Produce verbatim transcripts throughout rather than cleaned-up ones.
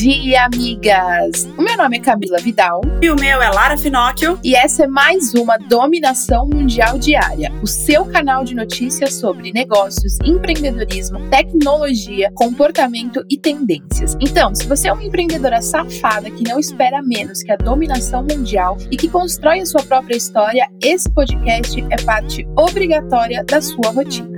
dia, amigas! O meu nome é Camila Vidal. E o meu é Lara Finocchio. E essa é mais uma Dominação Mundial Diária, o seu canal de notícias sobre negócios, empreendedorismo, tecnologia, comportamento e tendências. Então, se você é uma empreendedora safada que não espera menos que a dominação mundial e que constrói a sua própria história, esse podcast é parte obrigatória da sua rotina.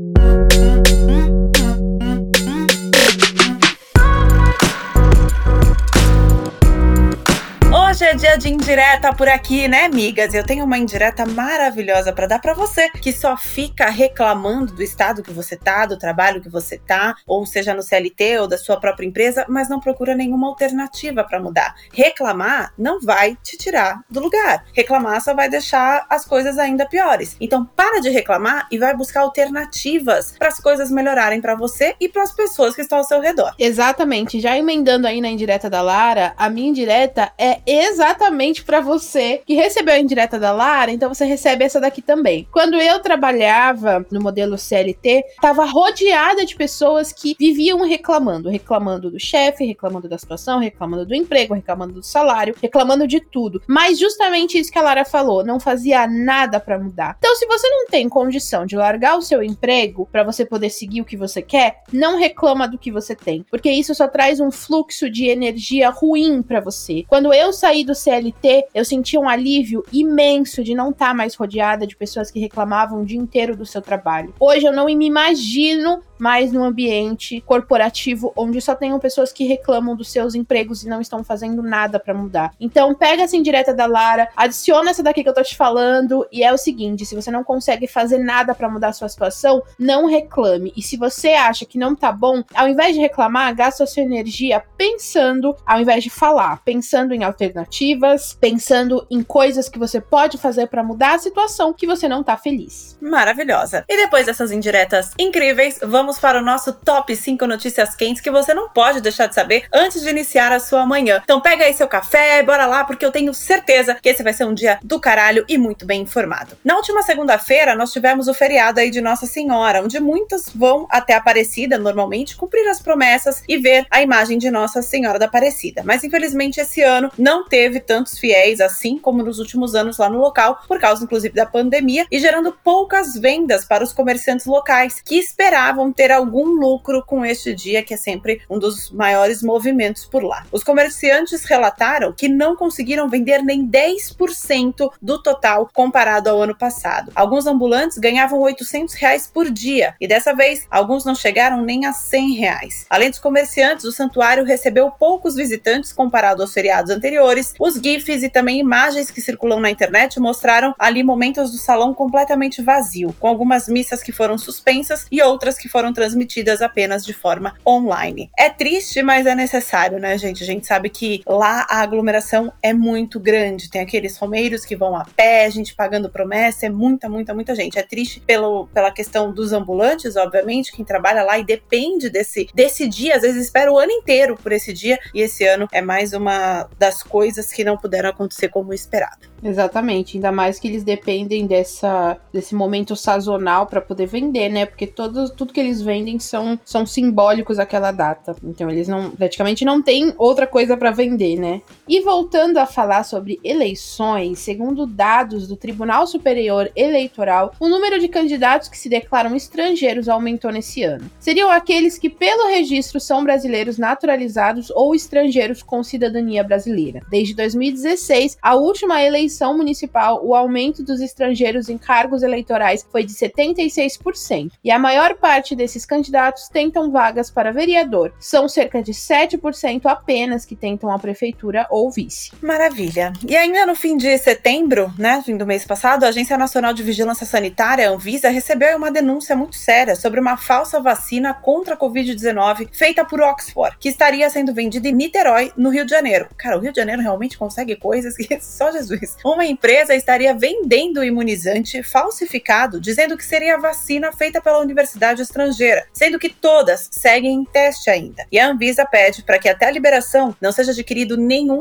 Hoje é dia de indireta por aqui, né, amigas? Eu tenho uma indireta maravilhosa pra dar pra você que só fica reclamando do estado que você tá, do trabalho que você tá, ou seja no C L T ou da sua própria empresa, mas não procura nenhuma alternativa pra mudar. Reclamar não vai te tirar do lugar. Reclamar só vai deixar as coisas ainda piores. Então para de reclamar e vai buscar alternativas para as coisas melhorarem pra você e para as pessoas que estão ao seu redor. Exatamente. Já emendando aí na indireta da Lara, a minha indireta é exatamente pra você que recebeu a indireta da Lara, então você recebe essa daqui também. Quando eu trabalhava no modelo C L T, tava rodeada de pessoas que viviam reclamando, reclamando do chefe, reclamando da situação, reclamando do emprego, reclamando do salário, reclamando de tudo. Mas justamente isso que a Lara falou, não fazia nada pra mudar. Então, se você não tem condição de largar o seu emprego pra você poder seguir o que você quer, não reclama do que você tem, porque isso só traz um fluxo de energia ruim pra você. Quando eu saí do C L T, eu senti um alívio imenso de não estar mais rodeada de pessoas que reclamavam o dia inteiro do seu trabalho. Hoje eu não me imagino mais num ambiente corporativo onde só tenham pessoas que reclamam dos seus empregos e não estão fazendo nada pra mudar. Então pega essa indireta da Lara, adiciona essa daqui que eu tô te falando e é o seguinte, se você não consegue fazer nada pra mudar a sua situação, não reclame. E se você acha que não tá bom, ao invés de reclamar, gasta a sua energia pensando, ao invés de falar, pensando em alternativas, pensando em coisas que você pode fazer pra mudar a situação que você não tá feliz. Maravilhosa. E depois dessas indiretas incríveis, vamos para o nosso top cinco notícias quentes que você não pode deixar de saber antes de iniciar a sua manhã. Então pega aí seu café, bora lá, porque eu tenho certeza que esse vai ser um dia do caralho e muito bem informado. Na última segunda-feira, nós tivemos o feriado aí de Nossa Senhora, onde muitas vão até Aparecida, normalmente, cumprir as promessas e ver a imagem de Nossa Senhora da Aparecida. Mas infelizmente esse ano não teve tantos fiéis assim como nos últimos anos lá no local, por causa inclusive da pandemia, e gerando poucas vendas para os comerciantes locais, que esperavam ter algum lucro com este dia, que é sempre um dos maiores movimentos por lá. Os comerciantes relataram que não conseguiram vender nem dez por cento do total comparado ao ano passado. Alguns ambulantes ganhavam oitocentos reais por dia, e dessa vez, alguns não chegaram nem a cem reais. Além dos comerciantes, o santuário recebeu poucos visitantes comparado aos feriados anteriores. Os GIFs e também imagens que circulam na internet mostraram ali momentos do salão completamente vazio, com algumas missas que foram suspensas e outras que foram transmitidas apenas de forma online. É triste, mas é necessário, né, gente? A gente sabe que lá a aglomeração é muito grande, tem aqueles romeiros que vão a pé, gente pagando promessa, é muita, muita, muita gente. É triste pelo, pela questão dos ambulantes, obviamente, quem trabalha lá e depende desse, desse dia, às vezes espera o ano inteiro por esse dia, e esse ano é mais uma das coisas que não puderam acontecer como esperado. Exatamente, ainda mais que eles dependem dessa, desse momento sazonal para poder vender, né? Porque todo, tudo que eles vendem são, são simbólicos àquela data. Então eles não, praticamente não têm outra coisa para vender, né? E voltando a falar sobre eleições, segundo dados do Tribunal Superior Eleitoral, o número de candidatos que se declaram estrangeiros aumentou nesse ano. Seriam aqueles que pelo registro são brasileiros naturalizados ou estrangeiros com cidadania brasileira. Desde dois mil e dezesseis, a última eleição municipal, o aumento dos estrangeiros em cargos eleitorais foi de setenta e seis por cento. E a maior parte desses candidatos tentam vagas para vereador. São cerca de sete por cento apenas que tentam a prefeitura ou vice. Maravilha. E ainda no fim de setembro, né, fim do mês passado, a Agência Nacional de Vigilância Sanitária, a Anvisa, recebeu uma denúncia muito séria sobre uma falsa vacina contra a covid dezenove feita por Oxford, que estaria sendo vendida em Niterói, no Rio de Janeiro. Cara, o Rio de Janeiro realmente consegue coisas que só Jesus. Uma empresa estaria vendendo o imunizante falsificado, dizendo que seria a vacina feita pela universidade estrangeira, sendo que todas seguem em teste ainda. E a Anvisa pede para que até a liberação não seja adquirido nenhum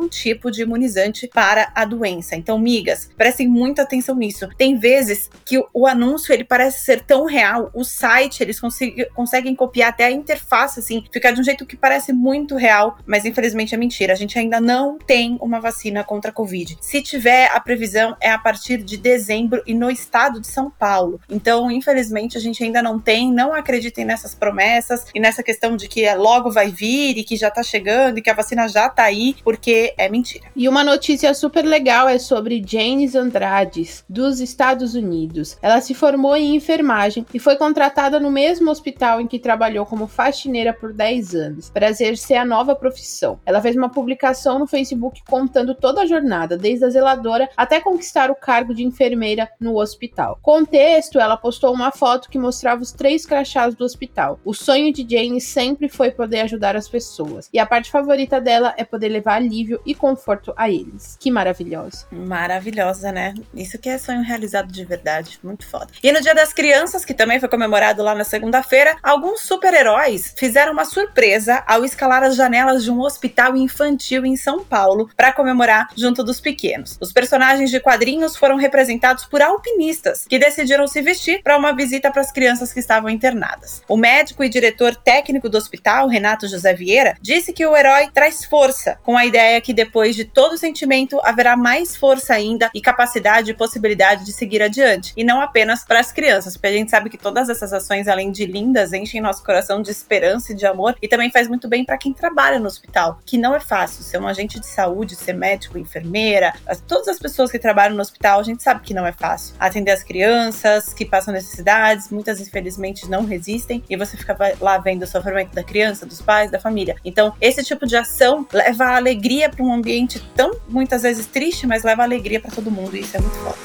tipo de imunizante para a doença. Então, migas, prestem muita atenção nisso. Tem vezes que o, o anúncio, ele parece ser tão real, o site, eles consegui, conseguem copiar até a interface, assim, ficar de um jeito que parece muito real, mas infelizmente é mentira. A gente ainda não tem uma vacina contra a Covid. Se tiver, a previsão é a partir de dezembro e no estado de São Paulo. Então, infelizmente, a gente ainda não tem, não acreditem nessas promessas e nessa questão de que logo vai vir e que já tá chegando e que a vacina já tá aí, porque é mentira. E uma notícia super legal é sobre Janice Andrades, dos Estados Unidos. Ela se formou em enfermagem e foi contratada no mesmo hospital em que trabalhou como faxineira por dez anos, para exercer a nova profissão. Ela fez uma publicação no Facebook contando toda a jornada, desde a zeladora até conquistar o cargo de enfermeira no hospital. Com o texto, ela postou uma foto que mostrava os três crachás do hospital. O sonho de Jane sempre foi poder ajudar as pessoas, e a parte favorita dela é poder levar alívio e conforto a eles. Que maravilhosa. Maravilhosa, né? Isso que é sonho realizado de verdade, muito foda. E no Dia das Crianças, que também foi comemorado lá na segunda-feira, alguns super-heróis fizeram uma surpresa ao escalar as janelas de um hospital infantil em São Paulo para comemorar junto dos pequenos. Os personagens de quadrinhos foram representados por alpinistas, que decidiram se vestir para uma visita para as crianças que estavam internadas. O médico e diretor técnico do hospital, Renato José Vieira, disse que o herói traz força, com a ideia que depois de todo sentimento haverá mais força ainda e capacidade e possibilidade de seguir adiante, e não apenas para as crianças, porque a gente sabe que todas essas ações, além de lindas, enchem nosso coração de esperança e de amor, e também faz muito bem para quem trabalha no hospital, que não é fácil ser um agente de saúde, ser médico, enfermeira, todas as pessoas que trabalham no hospital, a gente sabe que não é fácil. Atender as crianças que passam necessidades, muitas infelizmente não resistem, e você fica lá vendo o sofrimento da criança, dos pais, da família. Então, esse tipo de ação leva a alegria para um ambiente tão, muitas vezes, triste, mas leva a alegria para todo mundo, e isso é muito foda.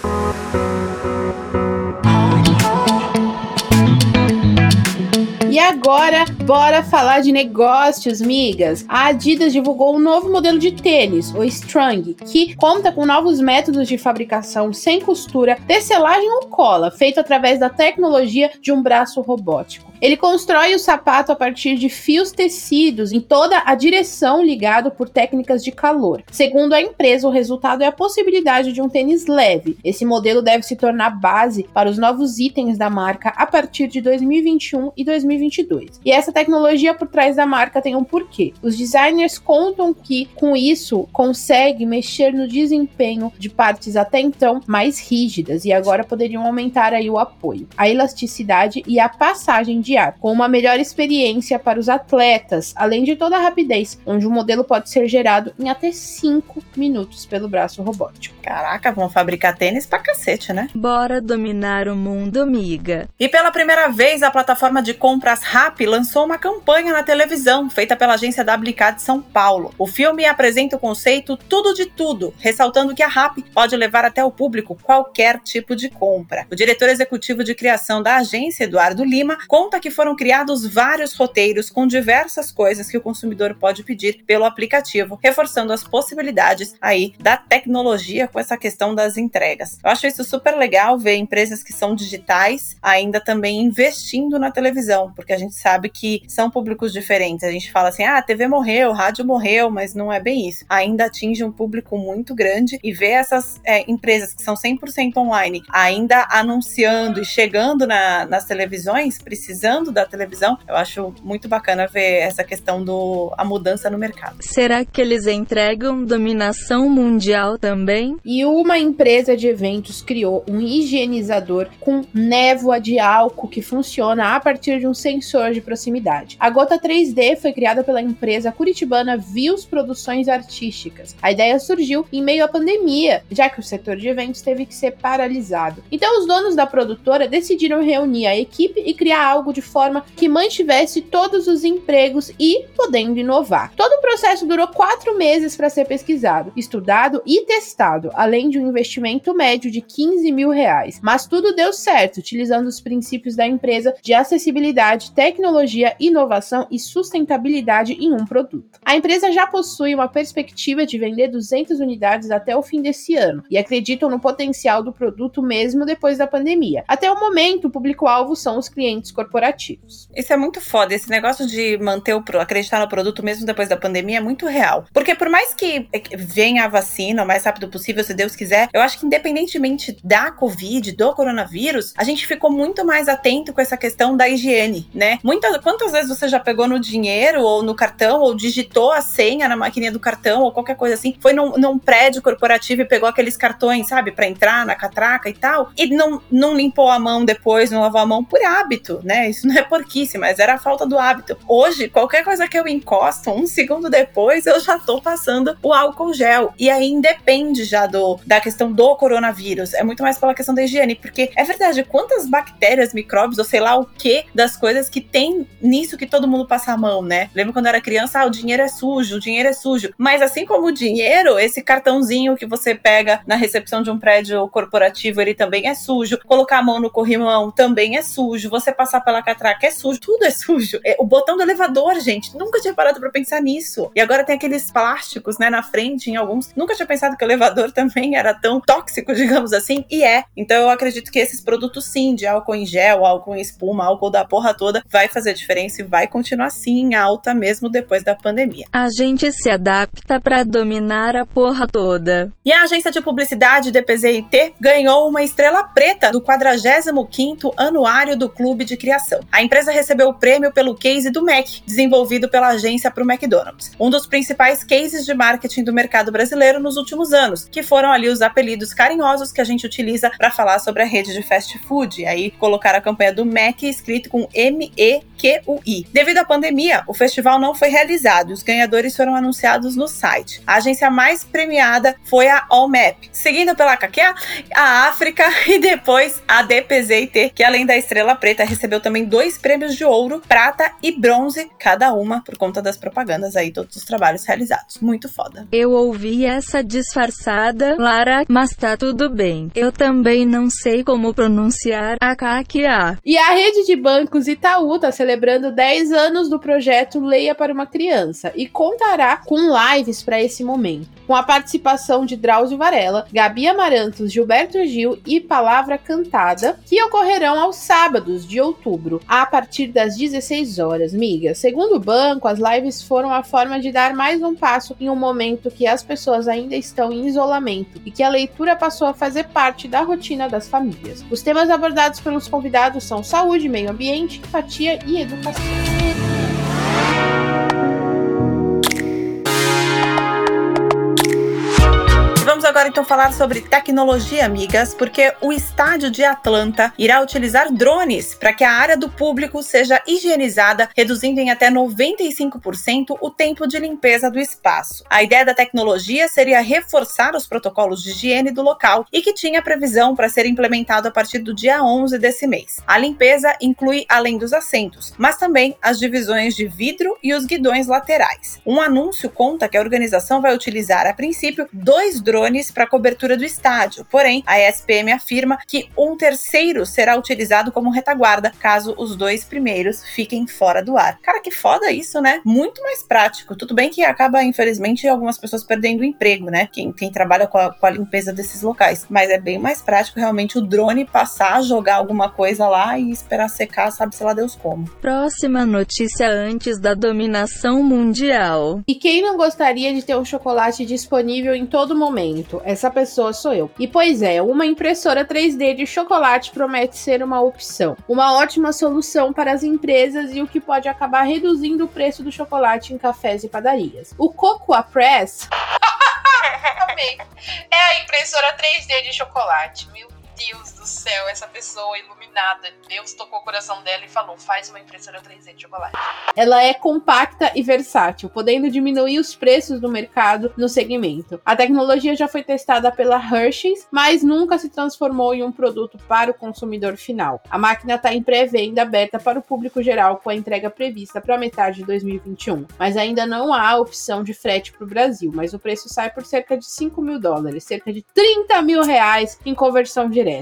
E agora, bora falar de negócios, migas. A Adidas divulgou um novo modelo de tênis, o Strong, que conta com novos métodos de fabricação sem costura, tecelagem ou cola, feito através da tecnologia de um braço robótico. Ele constrói o sapato a partir de fios tecidos em toda a direção, ligado por técnicas de calor. Segundo a empresa, o resultado é a possibilidade de um tênis leve. Esse modelo deve se tornar base para os novos itens da marca a partir de dois mil e vinte e um e dois mil e vinte e dois. E essa tecnologia por trás da marca tem um porquê. Os designers contam que, com isso, consegue mexer no desempenho de partes até então mais rígidas e agora poderiam aumentar aí o apoio, a elasticidade e a passagem de ar, com uma melhor experiência para os atletas, além de toda a rapidez, onde o modelo pode ser gerado em até cinco minutos pelo braço robótico. Caraca, vão fabricar tênis pra cacete, né? Bora dominar o mundo, amiga. E pela primeira vez, a plataforma de compras Rappi lançou uma campanha na televisão, feita pela agência W K de São Paulo. O filme apresenta o conceito tudo de tudo, ressaltando que a Rappi pode levar até o público qualquer tipo de compra. O diretor executivo de criação da agência, Eduardo Lima, conta que foram criados vários roteiros com diversas coisas que o consumidor pode pedir pelo aplicativo, reforçando as possibilidades aí da tecnologia com essa questão das entregas. Eu acho isso super legal ver empresas que são digitais ainda também investindo na televisão, porque a gente sabe que são públicos diferentes. A gente fala assim, ah, a T V morreu, rádio morreu, mas não é bem isso. Ainda atinge um público muito grande, e ver essas é, empresas que são cem por cento online ainda anunciando e chegando na, nas televisões, precisando da televisão, eu acho muito bacana ver essa questão do a mudança no mercado. Será que eles entregam dominação mundial também? E uma empresa de eventos criou um higienizador com névoa de álcool que funciona a partir de um sensor de proximidade. A gota três D foi criada pela empresa curitibana Views Produções Artísticas. A ideia surgiu em meio à pandemia, já que o setor de eventos teve que ser paralisado. Então os donos da produtora decidiram reunir a equipe e criar algo de forma que mantivesse todos os empregos e podendo inovar. Todo o processo durou quatro meses para ser pesquisado, estudado e testado, além de um investimento médio de quinze mil reais. Mas tudo deu certo, utilizando os princípios da empresa de acessibilidade, tecnologia tecnologia, inovação e sustentabilidade em um produto. A empresa já possui uma perspectiva de vender duzentas unidades até o fim desse ano e acreditam no potencial do produto mesmo depois da pandemia. Até o momento, o público-alvo são os clientes corporativos. Isso é muito foda. Esse negócio de manter o acreditar no produto mesmo depois da pandemia é muito real. Porque por mais que venha a vacina o mais rápido possível, se Deus quiser, eu acho que independentemente da Covid, do coronavírus, a gente ficou muito mais atento com essa questão da higiene, né? Muitas, quantas vezes você já pegou no dinheiro ou no cartão ou digitou a senha na maquininha do cartão ou qualquer coisa assim, foi num, num prédio corporativo e pegou aqueles cartões, sabe, pra entrar na catraca e tal, e não, não limpou a mão depois, não lavou a mão por hábito, né? Isso não é porquice, mas era a falta do hábito. Hoje, qualquer coisa que eu encosto, um segundo depois, eu já tô passando o álcool gel. E aí independe já do, da questão do coronavírus. É muito mais pela questão da higiene, porque é verdade, quantas bactérias, micróbios, ou sei lá o que, das coisas que tem nisso que todo mundo passa a mão, né? Lembra quando eu era criança, ah, o dinheiro é sujo, o dinheiro é sujo. Mas assim como o dinheiro, esse cartãozinho que você pega na recepção de um prédio corporativo, ele também é sujo. Colocar a mão no corrimão também é sujo. Você passar pela catraca é sujo. Tudo é sujo. É, o botão do elevador, gente, nunca tinha parado pra pensar nisso. E agora tem aqueles plásticos, né, na frente, em alguns. Nunca tinha pensado que o elevador também era tão tóxico, digamos assim. E é. Então eu acredito que esses produtos, sim, de álcool em gel, álcool em espuma, álcool da porra toda, vai fazer diferença e vai continuar, sim, em alta mesmo depois da pandemia. A gente se adapta pra dominar a porra toda. E a agência de publicidade D P Z I T ganhou uma estrela preta do quadragésimo quinto Anuário do Clube de Criação. A empresa recebeu o prêmio pelo case do Mac, desenvolvido pela agência para o McDonald's. Um dos principais cases de marketing do mercado brasileiro nos últimos anos, que foram ali os apelidos carinhosos que a gente utiliza para falar sobre a rede de fast food. E aí colocar a campanha do Mac escrito com M E Q U I. Devido à pandemia, o festival não foi realizado e os ganhadores foram anunciados no site. A agência mais premiada foi a Allmap, seguindo pela K Q A, a África e depois a D P Z I T, que além da estrela preta recebeu também dois prêmios de ouro, prata e bronze, cada uma por conta das propagandas aí, todos os trabalhos realizados. Muito foda. Eu ouvi essa disfarçada, Lara, mas tá tudo bem. Eu também não sei como pronunciar a K Q A. E a rede de bancos Itaú tá celebrando dez anos do projeto Leia para uma Criança e contará com lives para esse momento, com a participação de Drauzio Varela, Gabi Amarantos, Gilberto Gil e Palavra Cantada, que ocorrerão aos sábados de outubro, a partir das dezesseis horas, miga. Segundo o banco, as lives foram a forma de dar mais um passo em um momento que as pessoas ainda estão em isolamento e que a leitura passou a fazer parte da rotina das famílias. Os temas abordados pelos convidados são saúde, meio ambiente, empatia e educação. Vamos agora então falar sobre tecnologia, amigas, porque o estádio de Atlanta irá utilizar drones para que a área do público seja higienizada, reduzindo em até noventa e cinco por cento o tempo de limpeza do espaço. A ideia da tecnologia seria reforçar os protocolos de higiene do local e que tinha previsão para ser implementado a partir do dia onze desse mês. A limpeza inclui além dos assentos, mas também as divisões de vidro e os guidões laterais. Um anúncio conta que a organização vai utilizar, a princípio, dois drones para cobertura do estádio. Porém, a E S P M afirma que um terceiro será utilizado como retaguarda, caso os dois primeiros fiquem fora do ar. Cara, que foda isso, né? Muito mais prático. Tudo bem que acaba, infelizmente, algumas pessoas perdendo o emprego, né? Quem, quem trabalha com a, com a limpeza desses locais. Mas é bem mais prático, realmente, o drone passar, jogar alguma coisa lá e esperar secar, sabe-se lá Deus como. Próxima notícia antes da dominação mundial. E quem não gostaria de ter um chocolate disponível em todo momento? Essa pessoa sou eu. E pois é, uma impressora três D de chocolate promete ser uma opção. Uma ótima solução para as empresas e o que pode acabar reduzindo o preço do chocolate em cafés e padarias. O Cocoa Press... Amei. É a impressora três D de chocolate. Meu Deus do céu, essa pessoa iluminada. Deus tocou o coração dela e falou, faz uma impressora três D de chocolate. Ela é compacta e versátil, podendo diminuir os preços do mercado no segmento. A tecnologia já foi testada pela Hershey's, mas nunca se transformou em um produto para o consumidor final. A máquina está em pré-venda aberta para o público geral, com a entrega prevista para metade de dois mil e vinte e um. Mas ainda não há opção de frete para o Brasil, mas o preço sai por cerca de cinco mil dólares, cerca de trinta mil reais em conversão direta.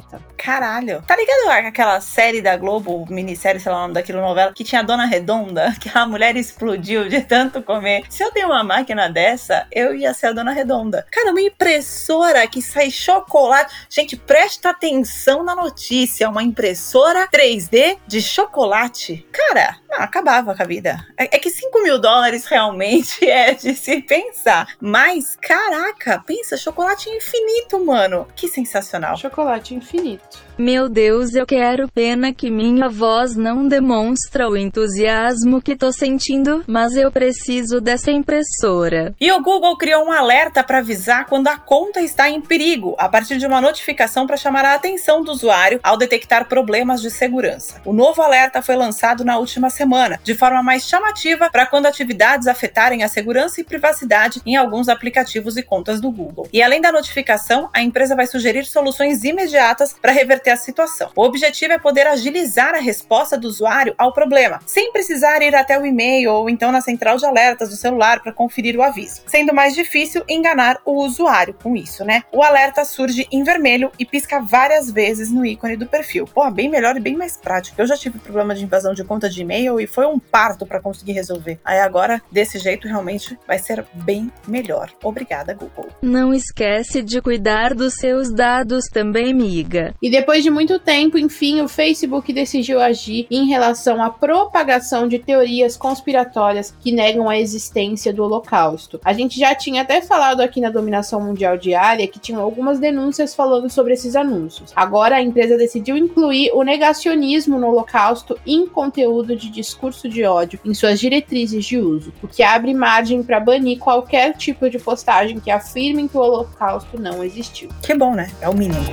Caralho. Tá ligado aquela série da Globo, minissérie, sei lá o nome daquilo, novela, que tinha a Dona Redonda, que a mulher explodiu de tanto comer. Se eu tenho uma máquina dessa, eu ia ser a Dona Redonda. Cara, uma impressora que sai chocolate. Gente, presta atenção na notícia. Uma impressora três D de chocolate. Cara, não, acabava com a vida. É, é que cinco mil dólares realmente é de se pensar. Mas, caraca, pensa, chocolate infinito, mano. Que sensacional. Chocolate infinito. Meu Deus, eu quero. Pena que minha voz não demonstra o entusiasmo que tô sentindo, mas eu preciso dessa impressora. E o Google criou um alerta para avisar quando a conta está em perigo, a partir de uma notificação para chamar a atenção do usuário ao detectar problemas de segurança. O novo alerta foi lançado na última semana, de forma mais chamativa para quando atividades afetarem a segurança e privacidade em alguns aplicativos e contas do Google. E além da notificação, a empresa vai sugerir soluções imediatas para reverter a situação. O objetivo é poder agilizar a resposta do usuário ao problema, sem precisar ir até o e-mail ou então na central de alertas do celular para conferir o aviso, sendo mais difícil enganar o usuário com isso, né? O alerta surge em vermelho e pisca várias vezes no ícone do perfil. Pô, bem melhor e bem mais prático. Eu já tive problema de invasão de conta de e-mail e foi um parto para conseguir resolver. Aí agora, desse jeito, realmente vai ser bem melhor. Obrigada, Google. Não esquece de cuidar dos seus dados também, miga. E depois de muito tempo, enfim, o Facebook decidiu agir em relação à propagação de teorias conspiratórias que negam a existência do Holocausto. A gente já tinha até falado aqui na Dominação Mundial Diária que tinham algumas denúncias falando sobre esses anúncios. Agora a empresa decidiu incluir o negacionismo no Holocausto em conteúdo de discurso de ódio em suas diretrizes de uso, o que abre margem para banir qualquer tipo de postagem que afirme que o Holocausto não existiu. Que bom, né? É o mínimo.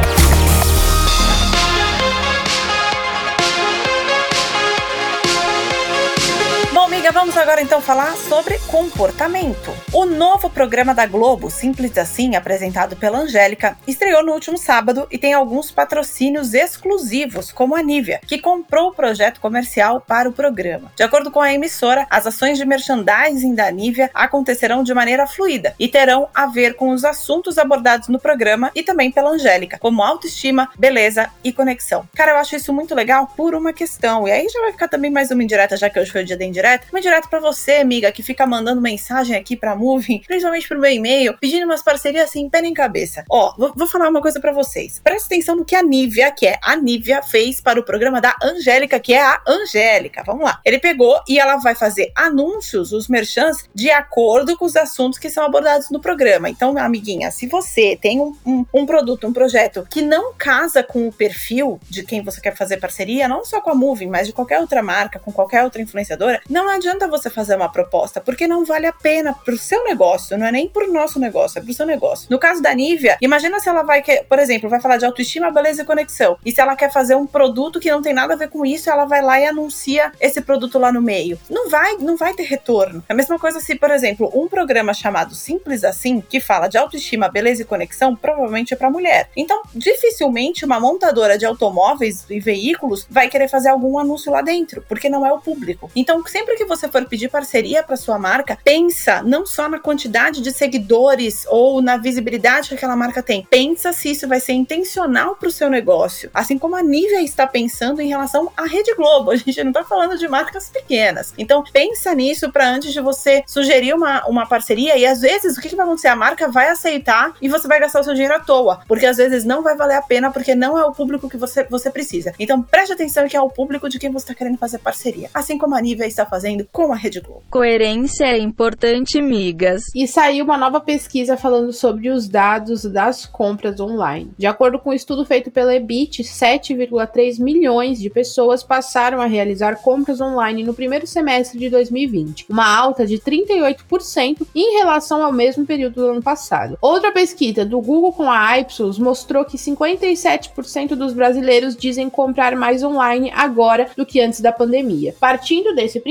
Bom, amiga, vamos agora então falar sobre comportamento. O novo programa da Globo, Simples Assim, apresentado pela Angélica, estreou no último sábado e tem alguns patrocínios exclusivos, como a Nivea, que comprou o projeto comercial para o programa. De acordo com a emissora, as ações de merchandising da Nivea acontecerão de maneira fluida e terão a ver com os assuntos abordados no programa e também pela Angélica, como autoestima, beleza e conexão. Cara, eu acho isso muito legal por uma questão, e aí já vai ficar também mais uma indireta, já que hoje foi o dia da indireta. Uma indireta pra você, amiga, que fica mandando mensagem aqui pra Moving, principalmente pro meu e-mail, pedindo umas parcerias assim, pé em cabeça. Ó, vou, vou falar uma coisa pra vocês. Presta atenção no que a Nivea, que é a Nivea, fez para o programa da Angélica, que é a Angélica. Vamos lá. Ele pegou e ela vai fazer anúncios, os merchants, de acordo com os assuntos que são abordados no programa. Então, amiguinha, se você tem um, um, um produto, um projeto que não casa com o perfil de quem você quer fazer parceria, não só com a Moving, mas de qualquer outra marca, com qualquer outra influenciadora, não adianta você fazer uma proposta, porque não vale a pena pro seu negócio, não é nem pro nosso negócio, é pro seu negócio. No caso da Nivea, imagina se ela vai, por exemplo, vai falar de autoestima, beleza e conexão, e se ela quer fazer um produto que não tem nada a ver com isso, ela vai lá e anuncia esse produto lá no meio. Não vai, não vai ter retorno. É a mesma coisa se, por exemplo, um programa chamado Simples Assim, que fala de autoestima, beleza e conexão, provavelmente é pra mulher. Então, dificilmente uma montadora de automóveis e veículos vai querer fazer algum anúncio lá dentro, porque não é o público. Então, sempre que você for pedir parceria para sua marca, pensa não só na quantidade de seguidores ou na visibilidade que aquela marca tem. Pensa se isso vai ser intencional para o seu negócio. Assim como a Nivea está pensando em relação à Rede Globo. A gente não está falando de marcas pequenas. Então, pensa nisso para antes de você sugerir uma, uma parceria. E às vezes, o que, que vai acontecer? A marca vai aceitar e você vai gastar o seu dinheiro à toa. Porque às vezes não vai valer a pena, porque não é o público que você, você precisa. Então, preste atenção que é o público de quem você está querendo fazer parceria. Assim como a Nivea está fazendo com a Rede Globo. Coerência é importante, migas. E saiu uma nova pesquisa falando sobre os dados das compras online. De acordo com um estudo feito pela Ebit, sete vírgula três milhões de pessoas passaram a realizar compras online no primeiro semestre de dois mil e vinte, uma alta de trinta e oito por cento em relação ao mesmo período do ano passado. Outra pesquisa do Google com a Ipsos mostrou que cinquenta e sete por cento dos brasileiros dizem comprar mais online agora do que antes da pandemia. Partindo desse princípio,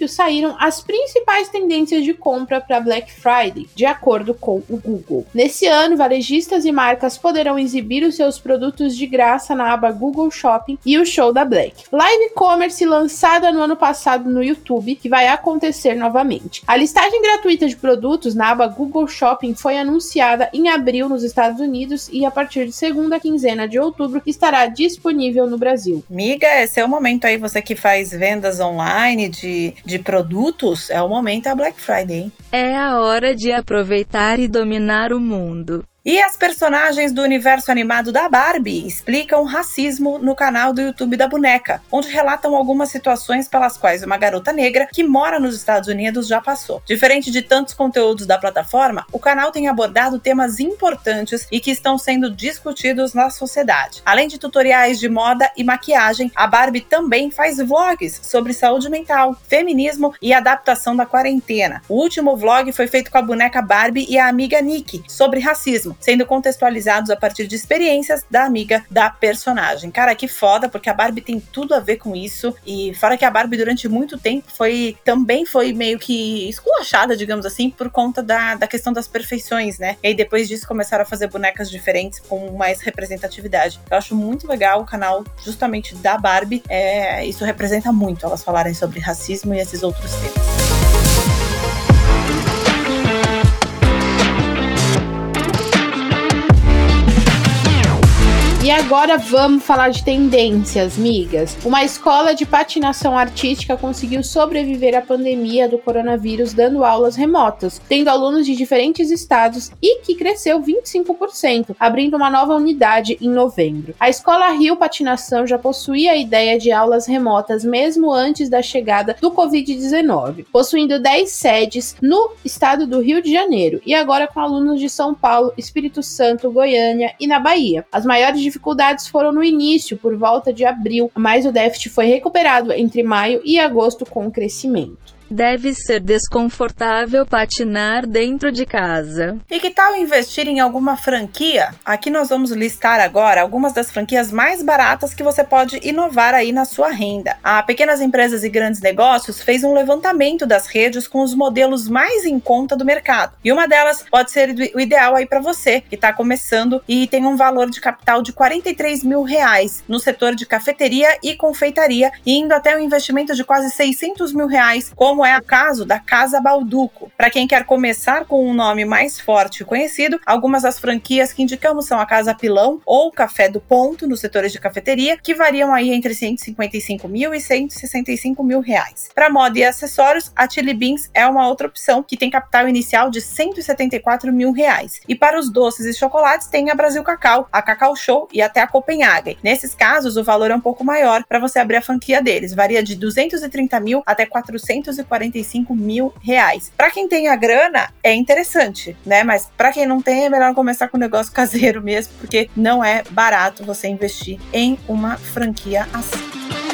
anúncio saíram as principais tendências de compra para Black Friday, de acordo com o Google. Nesse ano, varejistas e marcas poderão exibir os seus produtos de graça na aba Google Shopping e o show da Black. Live Commerce lançada no ano passado no YouTube, que vai acontecer novamente. A listagem gratuita de produtos na aba Google Shopping foi anunciada em abril nos Estados Unidos e a partir de segunda quinzena de outubro estará disponível no Brasil. Miga, esse é o momento aí, você que faz vendas online de, de produtos, é o momento da Black Friday, hein? É a hora de aproveitar e dominar o mundo. E as personagens do universo animado da Barbie explicam racismo no canal do YouTube da boneca, onde relatam algumas situações pelas quais uma garota negra que mora nos Estados Unidos já passou. Diferente de tantos conteúdos da plataforma, o canal tem abordado temas importantes e que estão sendo discutidos na sociedade. Além de tutoriais de moda e maquiagem, a Barbie também faz vlogs sobre saúde mental, feminismo e adaptação da quarentena. O último vlog foi feito com a boneca Barbie e a amiga Nikki, sobre racismo, sendo contextualizados a partir de experiências da amiga da personagem. Cara, que foda, porque a Barbie tem tudo a ver com isso, e fora que a Barbie durante muito tempo foi, também foi meio que esculachada, digamos assim, por conta da, da questão das perfeições, né? E aí depois disso começaram a fazer bonecas diferentes com mais representatividade. Eu acho muito legal o canal justamente da Barbie, é, isso representa muito elas falarem sobre racismo e esses outros temas. E agora vamos falar de tendências, migas. Uma escola de patinação artística conseguiu sobreviver à pandemia do coronavírus dando aulas remotas, tendo alunos de diferentes estados e que cresceu vinte e cinco por cento, abrindo uma nova unidade em novembro. A Escola Rio Patinação já possuía a ideia de aulas remotas mesmo antes da chegada do covid dezenove, possuindo dez sedes no estado do Rio de Janeiro e agora com alunos de São Paulo, Espírito Santo, Goiânia e na Bahia. As maiores dificuldades foram no início, por volta de abril, mas o déficit foi recuperado entre maio e agosto com o crescimento. Deve ser desconfortável patinar dentro de casa. E que tal investir em alguma franquia? Aqui nós vamos listar agora algumas das franquias mais baratas que você pode inovar aí na sua renda. A Pequenas Empresas e Grandes Negócios fez um levantamento das redes com os modelos mais em conta do mercado. E uma delas pode ser o ideal aí para você, que está começando e tem um valor de capital de quarenta e três mil reais no setor de cafeteria e confeitaria, e indo até um investimento de quase seiscentos mil reais, como como é o caso da Casa Balduco. Para quem quer começar com um nome mais forte e conhecido, algumas das franquias que indicamos são a Casa Pilão ou Café do Ponto, nos setores de cafeteria, que variam aí entre cento e cinquenta e cinco mil e cento e sessenta e cinco mil reais. Para moda e acessórios, a Chili Beans é uma outra opção, que tem capital inicial de cento e setenta e quatro mil reais. E para os doces e chocolates, tem a Brasil Cacau, a Cacau Show e até a Copenhagen. Nesses casos, o valor é um pouco maior para você abrir a franquia deles, varia de duzentos e trinta mil até quatrocentos e quarenta e cinco mil reais. Para quem tem a grana, é interessante, né? Mas para quem não tem, é melhor começar com um negócio caseiro mesmo, porque não é barato você investir em uma franquia assim.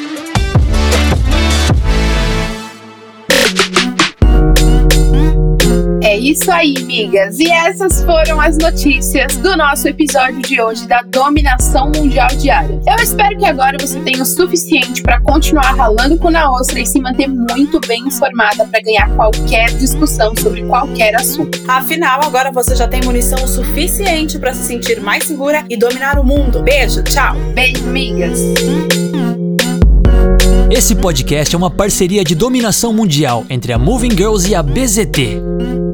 É isso aí, migas. E essas foram as notícias do nosso episódio de hoje da Dominação Mundial Diária. Eu espero que agora você tenha o suficiente para continuar ralando com na ostra e se manter muito bem informada para ganhar qualquer discussão sobre qualquer assunto. Afinal, agora você já tem munição o suficiente para se sentir mais segura e dominar o mundo. Beijo, tchau. Beijo, migas. Esse podcast é uma parceria de dominação mundial entre a Moving Girls e a B Z T.